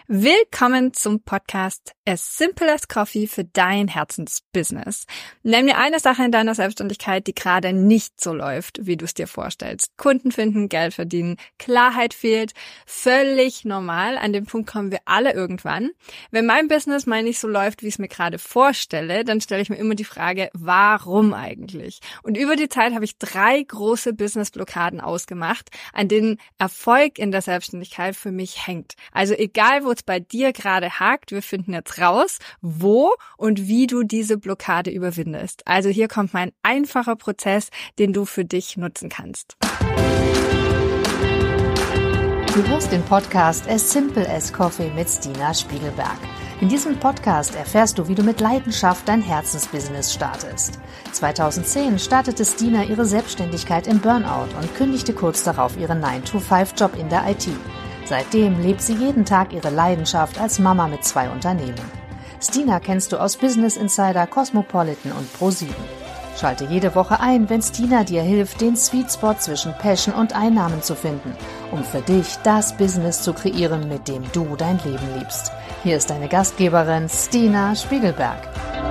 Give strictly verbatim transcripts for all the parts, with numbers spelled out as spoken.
Willkommen zum Podcast As Simple as Coffee für dein Herzensbusiness. Nenn mir eine Sache in deiner Selbstständigkeit, die gerade nicht so läuft, wie du es dir vorstellst. Kunden finden, Geld verdienen, Klarheit fehlt. Völlig normal. An dem Punkt kommen wir alle irgendwann. Wenn mein Business mal nicht so läuft, wie ich es mir gerade vorstelle, dann stelle ich mir immer die Frage, warum eigentlich? Und über die Zeit habe ich drei große Business-Blockaden ausgemacht, an denen Erfolg in der Selbstständigkeit für mich hängt. Also egal, wo es bei dir gerade hakt, wir finden jetzt raus, wo und wie du diese Blockade überwindest. Also hier kommt mein einfacher Prozess, den du für dich nutzen kannst. Du hörst den Podcast As Simple as Coffee mit Stina Spiegelberg. In diesem Podcast erfährst du, wie du mit Leidenschaft dein Herzensbusiness startest. zweitausendzehn startete Stina ihre Selbstständigkeit im Burnout und kündigte kurz darauf ihren nine to five Job in der I T. Seitdem lebt sie jeden Tag ihre Leidenschaft als Mama mit zwei Unternehmen. Stina kennst du aus Business Insider, Cosmopolitan und Pro sieben. Schalte jede Woche ein, wenn Stina dir hilft, den Sweet Spot zwischen Passion und Einnahmen zu finden, um für dich das Business zu kreieren, mit dem du dein Leben liebst. Hier ist deine Gastgeberin Stina Spiegelberg.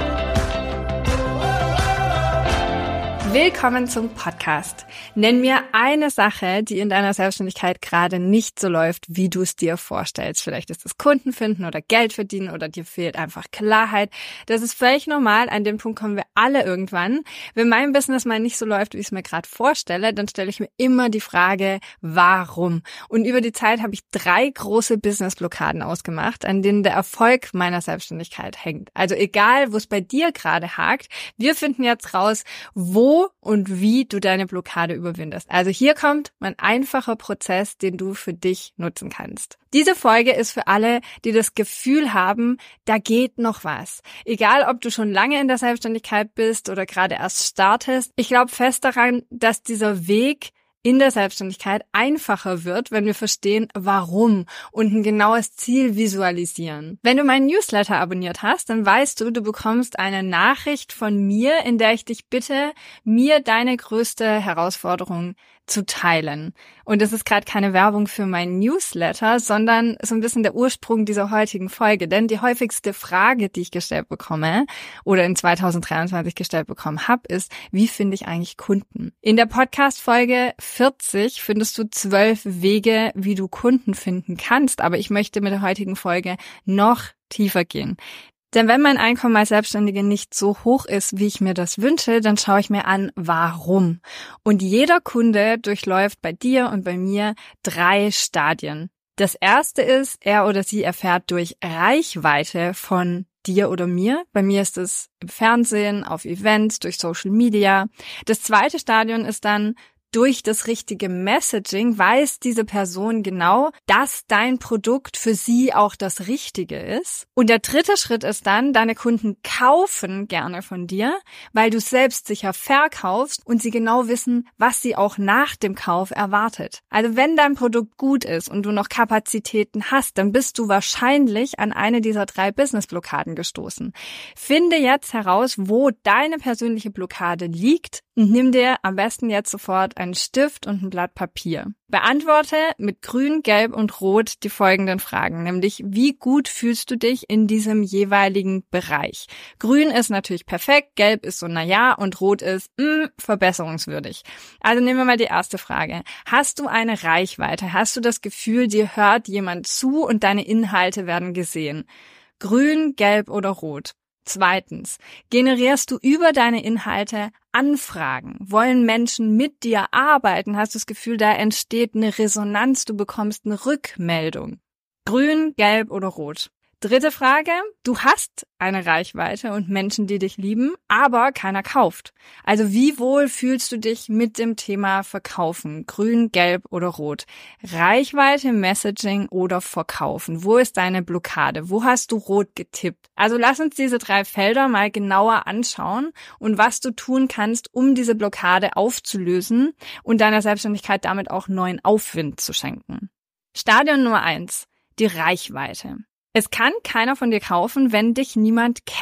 Willkommen zum Podcast. Nenn mir eine Sache, die in deiner Selbstständigkeit gerade nicht so läuft, wie du es dir vorstellst. Vielleicht ist es Kunden finden oder Geld verdienen oder dir fehlt einfach Klarheit. Das ist völlig normal. An dem Punkt kommen wir alle irgendwann. Wenn mein Business mal nicht so läuft, wie ich es mir gerade vorstelle, dann stelle ich mir immer die Frage, warum? Und über die Zeit habe ich drei große Business-Blockaden ausgemacht, an denen der Erfolg meiner Selbstständigkeit hängt. Also egal, wo es bei dir gerade hakt, wir finden jetzt raus, wo und wie du deine Blockade überwindest. Also hier kommt mein einfacher Prozess, den du für dich nutzen kannst. Diese Folge ist für alle, die das Gefühl haben, da geht noch was. Egal, ob du schon lange in der Selbstständigkeit bist oder gerade erst startest. Ich glaube fest daran, dass dieser Weg in der Selbstständigkeit einfacher wird, wenn wir verstehen, warum und ein genaues Ziel visualisieren. Wenn du meinen Newsletter abonniert hast, dann weißt du, du bekommst eine Nachricht von mir, in der ich dich bitte, mir deine größte Herausforderung zu teilen. Und das ist gerade keine Werbung für meinen Newsletter, sondern so ein bisschen der Ursprung dieser heutigen Folge. Denn die häufigste Frage, die ich gestellt bekomme oder in zweitausenddreiundzwanzig gestellt bekommen habe, ist, wie finde ich eigentlich Kunden? In der Podcast-Folge vierzig findest du zwölf Wege, wie du Kunden finden kannst. Aber ich möchte mit der heutigen Folge noch tiefer gehen. Denn wenn mein Einkommen als Selbstständige nicht so hoch ist, wie ich mir das wünsche, dann schaue ich mir an, warum. Und jeder Kunde durchläuft bei dir und bei mir drei Stadien. Das erste ist, er oder sie erfährt durch Reichweite von dir oder mir. Bei mir ist es im Fernsehen, auf Events, durch Social Media. Das zweite Stadion ist dann, durch das richtige Messaging weiß diese Person genau, dass dein Produkt für sie auch das Richtige ist. Und der dritte Schritt ist dann, deine Kunden kaufen gerne von dir, weil du selbstsicher verkaufst und sie genau wissen, was sie auch nach dem Kauf erwartet. Also wenn dein Produkt gut ist und du noch Kapazitäten hast, dann bist du wahrscheinlich an eine dieser drei Business-Blockaden gestoßen. Finde jetzt heraus, wo deine persönliche Blockade liegt und nimm dir am besten jetzt sofort einen Stift und ein Blatt Papier. Beantworte mit Grün, Gelb und Rot die folgenden Fragen, nämlich wie gut fühlst du dich in diesem jeweiligen Bereich? Grün ist natürlich perfekt, Gelb ist so naja und Rot ist mh, verbesserungswürdig. Also nehmen wir mal die erste Frage. Hast du eine Reichweite? Hast du das Gefühl, dir hört jemand zu und deine Inhalte werden gesehen? Grün, Gelb oder Rot? Zweitens, generierst du über deine Inhalte Anfragen? Wollen Menschen mit dir arbeiten? Hast du das Gefühl, da entsteht eine Resonanz, du bekommst eine Rückmeldung? Grün, Gelb oder Rot? Dritte Frage, du hast eine Reichweite und Menschen, die dich lieben, aber keiner kauft. Also wie wohl fühlst du dich mit dem Thema Verkaufen? Grün, Gelb oder Rot? Reichweite, Messaging oder Verkaufen? Wo ist deine Blockade? Wo hast du Rot getippt? Also lass uns diese drei Felder mal genauer anschauen und was du tun kannst, um diese Blockade aufzulösen und deiner Selbstständigkeit damit auch neuen Aufwind zu schenken. Stadion Nummer eins, die Reichweite. Es kann keiner von dir kaufen, wenn dich niemand kennt.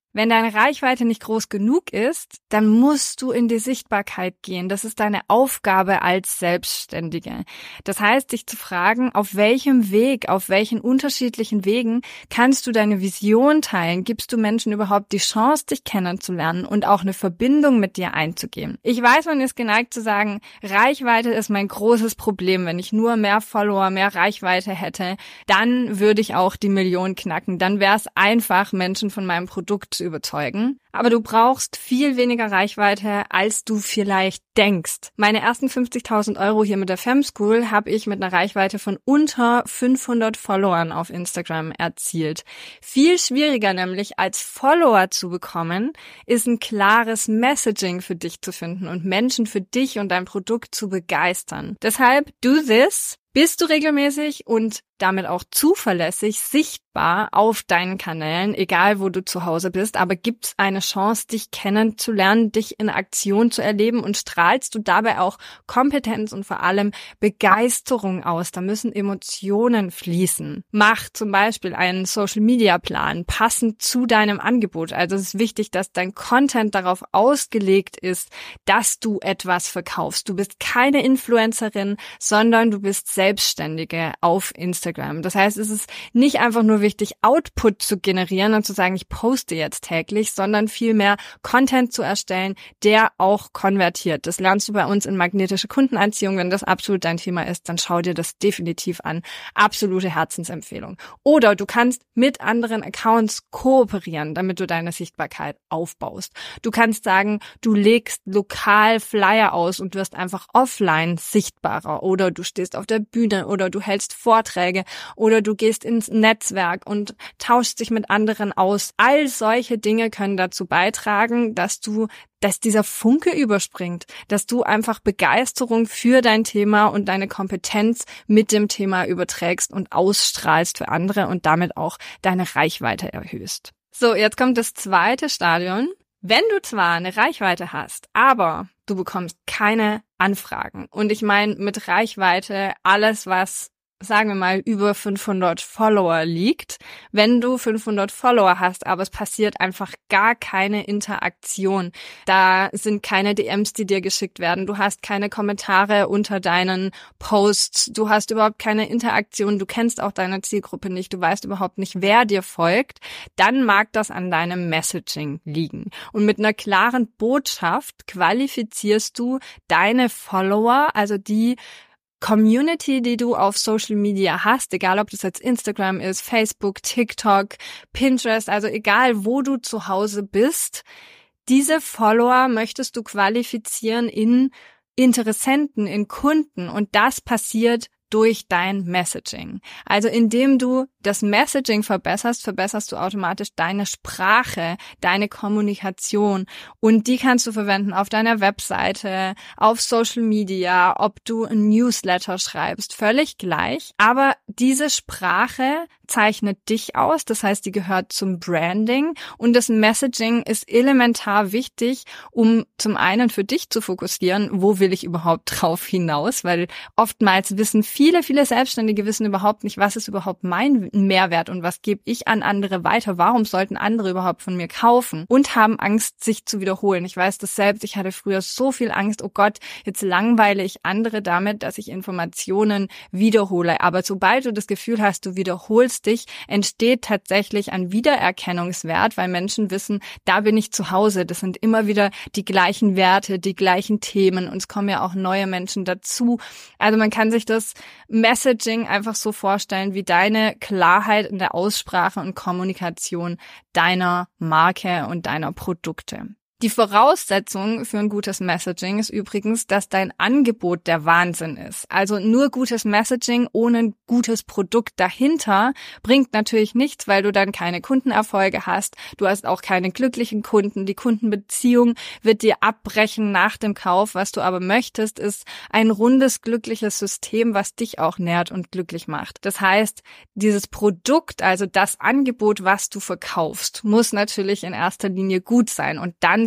Wenn deine Reichweite nicht groß genug ist, dann musst du in die Sichtbarkeit gehen. Das ist deine Aufgabe als Selbstständige. Das heißt, dich zu fragen, auf welchem Weg, auf welchen unterschiedlichen Wegen kannst du deine Vision teilen? Gibst du Menschen überhaupt die Chance, dich kennenzulernen und auch eine Verbindung mit dir einzugehen? Ich weiß, man ist geneigt zu sagen, Reichweite ist mein großes Problem. Wenn ich nur mehr Follower, mehr Reichweite hätte, dann würde ich auch die Million knacken. Dann wäre es einfach, Menschen von meinem Produkt zu überzeugen. Aber du brauchst viel weniger Reichweite, als du vielleicht denkst. Meine ersten fünfzigtausend Euro hier mit der Femschool habe ich mit einer Reichweite von unter fünfhundert Followern auf Instagram erzielt. Viel schwieriger nämlich als Follower zu bekommen, ist ein klares Messaging für dich zu finden und Menschen für dich und dein Produkt zu begeistern. Deshalb do this. Bist du regelmäßig und damit auch zuverlässig sichtbar auf deinen Kanälen, egal wo du zu Hause bist, aber gibt's eine Chance, dich kennenzulernen, dich in Aktion zu erleben und strahlst du dabei auch Kompetenz und vor allem Begeisterung aus. Da müssen Emotionen fließen. Mach zum Beispiel einen Social-Media-Plan passend zu deinem Angebot. Also es ist wichtig, dass dein Content darauf ausgelegt ist, dass du etwas verkaufst. Du bist keine Influencerin, sondern du bist Selbstständige auf Instagram. Das heißt, es ist nicht einfach nur wichtig, Output zu generieren und zu sagen, ich poste jetzt täglich, sondern vielmehr Content zu erstellen, der auch konvertiert. Das lernst du bei uns in magnetische Kundenanziehung. Wenn das absolut dein Thema ist, dann schau dir das definitiv an. Absolute Herzensempfehlung. Oder du kannst mit anderen Accounts kooperieren, damit du deine Sichtbarkeit aufbaust. Du kannst sagen, du legst lokal Flyer aus und wirst einfach offline sichtbarer. Oder du stehst auf der Bühne oder du hältst Vorträge oder du gehst ins Netzwerk und tauschst dich mit anderen aus. All solche Dinge können dazu beitragen, dass du, dass dieser Funke überspringt, dass du einfach Begeisterung für dein Thema und deine Kompetenz mit dem Thema überträgst und ausstrahlst für andere und damit auch deine Reichweite erhöhst. So, jetzt kommt das zweite Stadion. Wenn du zwar eine Reichweite hast, aber du bekommst keine Anfragen. Und ich meine mit Reichweite alles, was, sagen wir mal, über fünfhundert Follower liegt. Wenn du fünfhundert Follower hast, aber es passiert einfach gar keine Interaktion. Da sind keine D Ms, die dir geschickt werden. Du hast keine Kommentare unter deinen Posts. Du hast überhaupt keine Interaktion. Du kennst auch deine Zielgruppe nicht. Du weißt überhaupt nicht, wer dir folgt. Dann mag das an deinem Messaging liegen. Und mit einer klaren Botschaft qualifizierst du deine Follower, also die Community, die du auf Social Media hast, egal ob das jetzt Instagram ist, Facebook, TikTok, Pinterest, also egal wo du zu Hause bist, diese Follower möchtest du qualifizieren in Interessenten, in Kunden und das passiert durch dein Messaging. Also indem du das Messaging verbesserst, verbesserst du automatisch deine Sprache, deine Kommunikation und die kannst du verwenden auf deiner Webseite, auf Social Media, ob du ein Newsletter schreibst, völlig gleich. Aber diese Sprache zeichnet dich aus, das heißt, die gehört zum Branding und das Messaging ist elementar wichtig, um zum einen für dich zu fokussieren, wo will ich überhaupt drauf hinaus, weil oftmals wissen viele, viele Selbstständige wissen überhaupt nicht, was ist überhaupt mein Mehrwert und was gebe ich an andere weiter, warum sollten andere überhaupt von mir kaufen und haben Angst, sich zu wiederholen. Ich weiß das selbst, ich hatte früher so viel Angst, oh Gott, jetzt langweile ich andere damit, dass ich Informationen wiederhole, aber sobald du das Gefühl hast, du wiederholst dich, entsteht tatsächlich ein Wiedererkennungswert, weil Menschen wissen, da bin ich zu Hause. Das sind immer wieder die gleichen Werte, die gleichen Themen und es kommen ja auch neue Menschen dazu. Also man kann sich das Messaging einfach so vorstellen, wie deine Klarheit in der Aussprache und Kommunikation deiner Marke und deiner Produkte. Die Voraussetzung für ein gutes Messaging ist übrigens, dass dein Angebot der Wahnsinn ist. Also nur gutes Messaging ohne ein gutes Produkt dahinter bringt natürlich nichts, weil du dann keine Kundenerfolge hast. Du hast auch keine glücklichen Kunden. Die Kundenbeziehung wird dir abbrechen nach dem Kauf. Was du aber möchtest, ist ein rundes, glückliches System, was dich auch nährt und glücklich macht. Das heißt, dieses Produkt, also das Angebot, was du verkaufst, muss natürlich in erster Linie gut sein und dann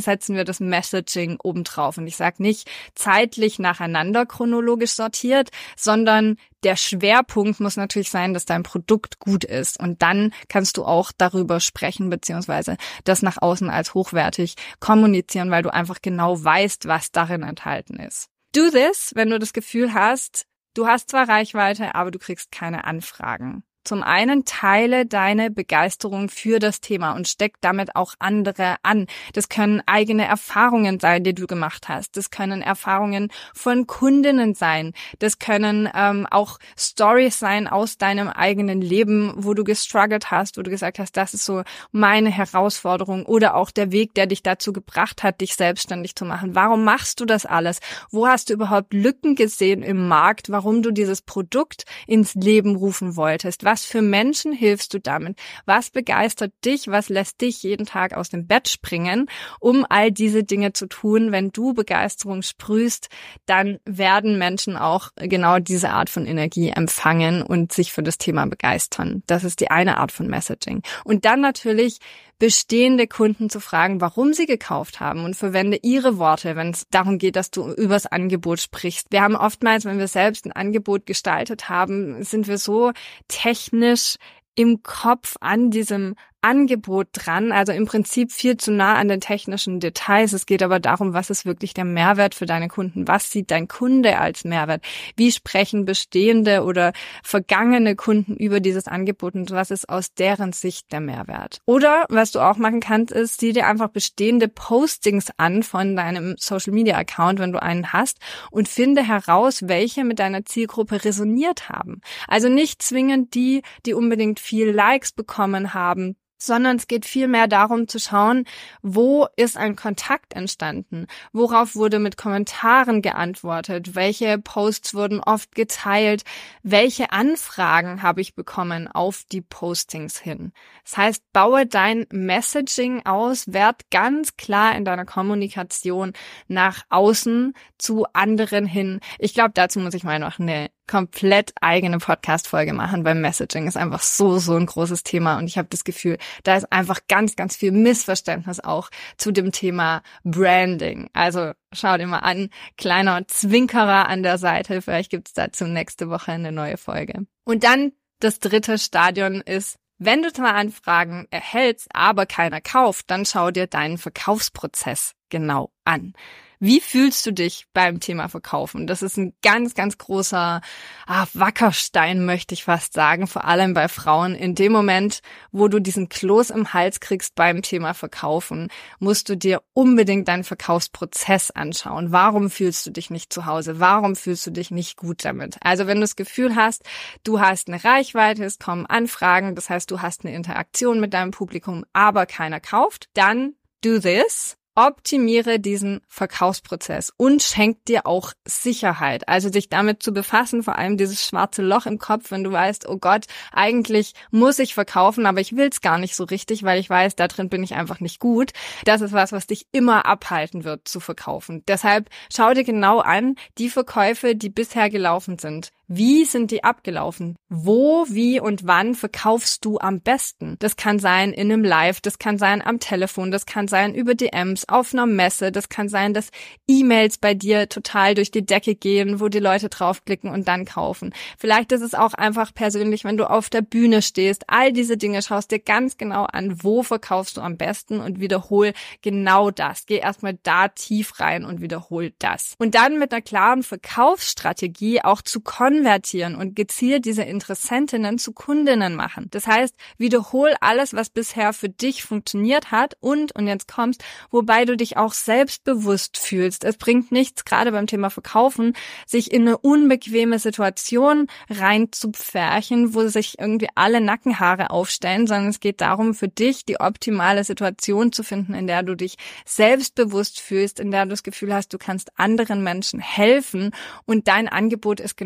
setzen wir das Messaging obendrauf. Und ich sage nicht zeitlich nacheinander chronologisch sortiert, sondern der Schwerpunkt muss natürlich sein, dass dein Produkt gut ist. Und dann kannst du auch darüber sprechen, beziehungsweise das nach außen als hochwertig kommunizieren, weil du einfach genau weißt, was darin enthalten ist. Do this, wenn du das Gefühl hast, du hast zwar Reichweite, aber du kriegst keine Anfragen. Zum einen teile deine Begeisterung für das Thema und steck damit auch andere an. Das können eigene Erfahrungen sein, die du gemacht hast. Das können Erfahrungen von Kundinnen sein. Das können ähm, auch Stories sein aus deinem eigenen Leben, wo du gestruggelt hast, wo du gesagt hast, das ist so meine Herausforderung oder auch der Weg, der dich dazu gebracht hat, dich selbstständig zu machen. Warum machst du das alles? Wo hast du überhaupt Lücken gesehen im Markt, warum du dieses Produkt ins Leben rufen wolltest? Was für Menschen hilfst du damit? Was begeistert dich? Was lässt dich jeden Tag aus dem Bett springen, um all diese Dinge zu tun? Wenn du Begeisterung sprühst, dann werden Menschen auch genau diese Art von Energie empfangen und sich für das Thema begeistern. Das ist die eine Art von Messaging. Und dann natürlich bestehende Kunden zu fragen, warum sie gekauft haben, und verwende ihre Worte, wenn es darum geht, dass du übers Angebot sprichst. Wir haben oftmals, wenn wir selbst ein Angebot gestaltet haben, sind wir so technisch im Kopf an diesem Angebot dran, also im Prinzip viel zu nah an den technischen Details. Es geht aber darum, was ist wirklich der Mehrwert für deine Kunden? Was sieht dein Kunde als Mehrwert? Wie sprechen bestehende oder vergangene Kunden über dieses Angebot und was ist aus deren Sicht der Mehrwert? Oder was du auch machen kannst, ist, sieh dir einfach bestehende Postings an von deinem Social Media Account, wenn du einen hast, und finde heraus, welche mit deiner Zielgruppe resoniert haben. Also nicht zwingend die, die unbedingt viel Likes bekommen haben, sondern es geht vielmehr darum zu schauen, wo ist ein Kontakt entstanden, worauf wurde mit Kommentaren geantwortet, welche Posts wurden oft geteilt, welche Anfragen habe ich bekommen auf die Postings hin. Das heißt, baue dein Messaging aus, werd ganz klar in deiner Kommunikation nach außen zu anderen hin. Ich glaube, dazu muss ich mal noch eine komplett eigene Podcast-Folge machen, weil Messaging ist einfach so, so ein großes Thema und ich habe das Gefühl, da ist einfach ganz, ganz viel Missverständnis auch zu dem Thema Branding. Also schau dir mal an, kleiner Zwinkerer an der Seite, vielleicht gibt's dazu nächste Woche eine neue Folge. Und dann das dritte Stadion ist, wenn du zwar Anfragen erhältst, aber keiner kauft, dann schau dir deinen Verkaufsprozess genau an. Wie fühlst du dich beim Thema Verkaufen? Das ist ein ganz, ganz großer ah, Wackerstein, möchte ich fast sagen, vor allem bei Frauen. In dem Moment, wo du diesen Kloß im Hals kriegst beim Thema Verkaufen, musst du dir unbedingt deinen Verkaufsprozess anschauen. Warum fühlst du dich nicht zu Hause? Warum fühlst du dich nicht gut damit? Also wenn du das Gefühl hast, du hast eine Reichweite, es kommen Anfragen, das heißt, du hast eine Interaktion mit deinem Publikum, aber keiner kauft, dann do this. Optimiere diesen Verkaufsprozess und schenk dir auch Sicherheit. Also dich damit zu befassen, vor allem dieses schwarze Loch im Kopf, wenn du weißt, oh Gott, eigentlich muss ich verkaufen, aber ich will es gar nicht so richtig, weil ich weiß, da drin bin ich einfach nicht gut. Das ist was, was dich immer abhalten wird zu verkaufen. Deshalb schau dir genau an, die Verkäufe, die bisher gelaufen sind. Wie sind die abgelaufen? Wo, wie und wann verkaufst du am besten? Das kann sein in einem Live, das kann sein am Telefon, das kann sein über D Ms, auf einer Messe, das kann sein, dass E-Mails bei dir total durch die Decke gehen, wo die Leute draufklicken und dann kaufen. Vielleicht ist es auch einfach persönlich, wenn du auf der Bühne stehst. All diese Dinge schaust dir ganz genau an, wo verkaufst du am besten und wiederhol genau das. Geh erstmal da tief rein und wiederhol das. Und dann mit einer klaren Verkaufsstrategie auch zu konvertieren und gezielt diese Interessentinnen zu Kundinnen machen. Das heißt, wiederhol alles, was bisher für dich funktioniert hat und, und jetzt kommst, wobei du dich auch selbstbewusst fühlst. Es bringt nichts, gerade beim Thema Verkaufen, sich in eine unbequeme Situation reinzupferchen, wo sich irgendwie alle Nackenhaare aufstellen, sondern es geht darum, für dich die optimale Situation zu finden, in der du dich selbstbewusst fühlst, in der du das Gefühl hast, du kannst anderen Menschen helfen und dein Angebot ist genau die richtige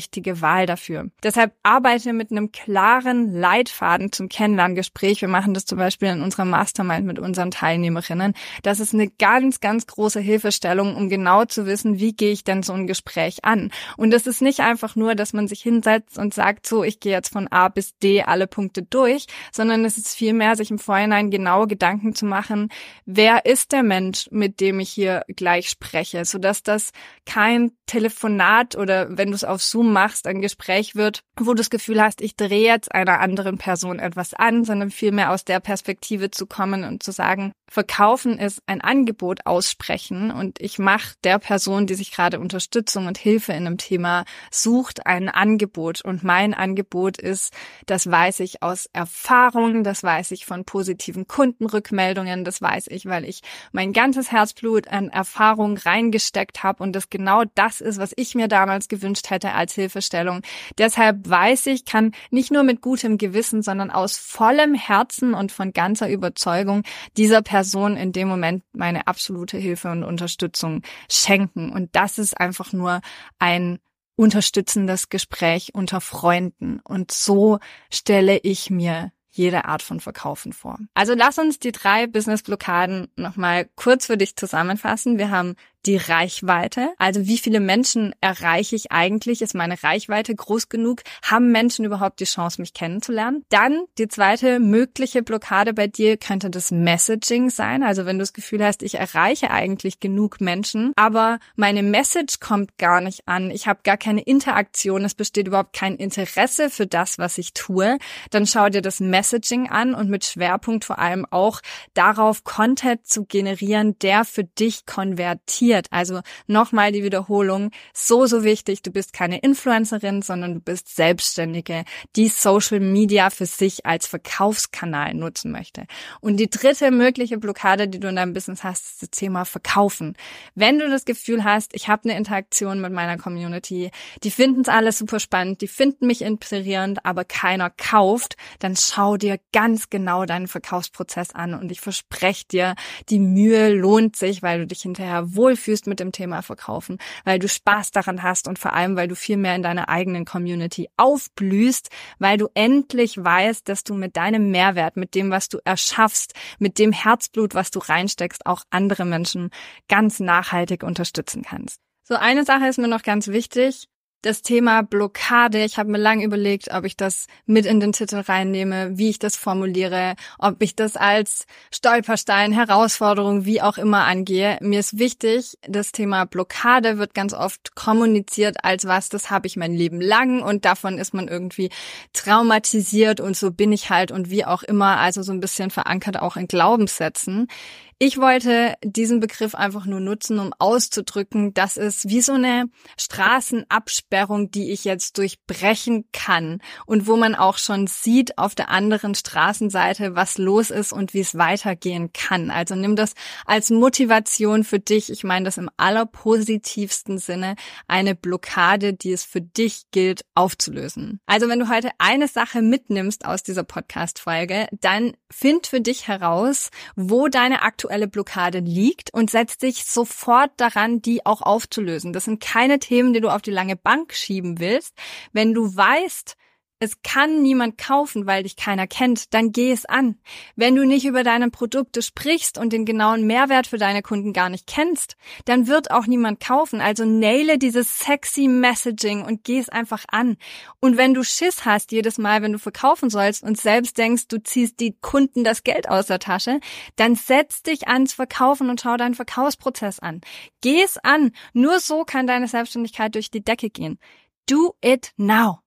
richtige Wahl dafür. Deshalb arbeite mit einem klaren Leitfaden zum Kennenlerngespräch. Wir machen das zum Beispiel in unserer Mastermind mit unseren Teilnehmerinnen. Das ist eine ganz, ganz große Hilfestellung, um genau zu wissen, wie gehe ich denn so ein Gespräch an. Und das ist nicht einfach nur, dass man sich hinsetzt und sagt, so, ich gehe jetzt von A bis D alle Punkte durch, sondern es ist vielmehr, sich im Vorhinein genaue Gedanken zu machen, wer ist der Mensch, mit dem ich hier gleich spreche, sodass das kein Telefonat oder wenn du es auf Zoom machst, ein Gespräch wird, wo du das Gefühl hast, ich drehe jetzt einer anderen Person etwas an, sondern vielmehr aus der Perspektive zu kommen und zu sagen, Verkaufen ist ein Angebot aussprechen und ich mache der Person, die sich gerade Unterstützung und Hilfe in einem Thema sucht, ein Angebot. Und mein Angebot ist, das weiß ich aus Erfahrung, das weiß ich von positiven Kundenrückmeldungen, das weiß ich, weil ich mein ganzes Herzblut an Erfahrung reingesteckt habe und das genau das ist, was ich mir damals gewünscht hätte als Hilfestellung. Deshalb weiß ich, kann nicht nur mit gutem Gewissen, sondern aus vollem Herzen und von ganzer Überzeugung dieser Person in dem Moment meine absolute Hilfe und Unterstützung schenken. Und das ist einfach nur ein unterstützendes Gespräch unter Freunden. Und so stelle ich mir jede Art von Verkaufen vor. Also lass uns die drei Business-Blockaden nochmal kurz für dich zusammenfassen. Wir haben die Reichweite, also wie viele Menschen erreiche ich eigentlich? Ist meine Reichweite groß genug? Haben Menschen überhaupt die Chance, mich kennenzulernen? Dann die zweite mögliche Blockade bei dir könnte das Messaging sein. Also wenn du das Gefühl hast, ich erreiche eigentlich genug Menschen, aber meine Message kommt gar nicht an. Ich habe gar keine Interaktion. Es besteht überhaupt kein Interesse für das, was ich tue. Dann schau dir das Messaging an und mit Schwerpunkt vor allem auch darauf, Content zu generieren, der für dich konvertiert. Also nochmal die Wiederholung, so, so wichtig, du bist keine Influencerin, sondern du bist Selbstständige, die Social Media für sich als Verkaufskanal nutzen möchte. Und die dritte mögliche Blockade, die du in deinem Business hast, ist das Thema Verkaufen. Wenn du das Gefühl hast, ich habe eine Interaktion mit meiner Community, die finden es alles super spannend, die finden mich inspirierend, aber keiner kauft, dann schau dir ganz genau deinen Verkaufsprozess an und ich verspreche dir, die Mühe lohnt sich, weil du dich hinterher wohlfühlst mit dem Thema Verkaufen, weil du Spaß daran hast und vor allem, weil du viel mehr in deiner eigenen Community aufblühst, weil du endlich weißt, dass du mit deinem Mehrwert, mit dem, was du erschaffst, mit dem Herzblut, was du reinsteckst, auch andere Menschen ganz nachhaltig unterstützen kannst. So, eine Sache ist mir noch ganz wichtig. Das Thema Blockade, ich habe mir lange überlegt, ob ich das mit in den Titel reinnehme, wie ich das formuliere, ob ich das als Stolperstein, Herausforderung, wie auch immer angehe. Mir ist wichtig, das Thema Blockade wird ganz oft kommuniziert als was, das habe ich mein Leben lang und davon ist man irgendwie traumatisiert und so bin ich halt und wie auch immer, also so ein bisschen verankert auch in Glaubenssätzen. Ich wollte diesen Begriff einfach nur nutzen, um auszudrücken, dass es wie so eine Straßenabsperrung, die ich jetzt durchbrechen kann und wo man auch schon sieht auf der anderen Straßenseite, was los ist und wie es weitergehen kann. Also nimm das als Motivation für dich. Ich meine das im allerpositivsten Sinne, eine Blockade, die es für dich gilt, aufzulösen. Also wenn du heute eine Sache mitnimmst aus dieser Podcast-Folge, dann find für dich heraus, wo deine aktuelle Blockade liegt und setz dich sofort daran, die auch aufzulösen. Das sind keine Themen, die du auf die lange Bank schieben willst. Wenn du weißt, es kann niemand kaufen, weil dich keiner kennt, dann geh es an. Wenn du nicht über deine Produkte sprichst und den genauen Mehrwert für deine Kunden gar nicht kennst, dann wird auch niemand kaufen. Also naile dieses sexy Messaging und geh es einfach an. Und wenn du Schiss hast jedes Mal, wenn du verkaufen sollst und selbst denkst, du ziehst die Kunden das Geld aus der Tasche, dann setz dich ans Verkaufen und schau deinen Verkaufsprozess an. Geh es an. Nur so kann deine Selbstständigkeit durch die Decke gehen. Do it now.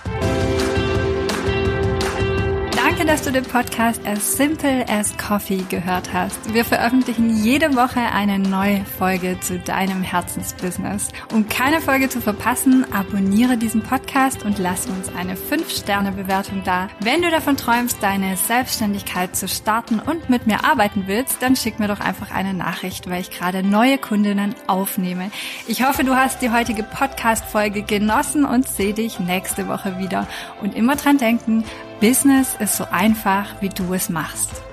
Danke, dass du den Podcast As Simple as Coffee gehört hast. Wir veröffentlichen jede Woche eine neue Folge zu deinem Herzensbusiness. Um keine Folge zu verpassen, abonniere diesen Podcast und lass uns eine fünf Sterne Bewertung da. Wenn du davon träumst, deine Selbstständigkeit zu starten und mit mir arbeiten willst, dann schick mir doch einfach eine Nachricht, weil ich gerade neue Kundinnen aufnehme. Ich hoffe, du hast die heutige Podcast-Folge genossen und sehe dich nächste Woche wieder. Und immer dran denken, Business ist so einfach, wie du es machst.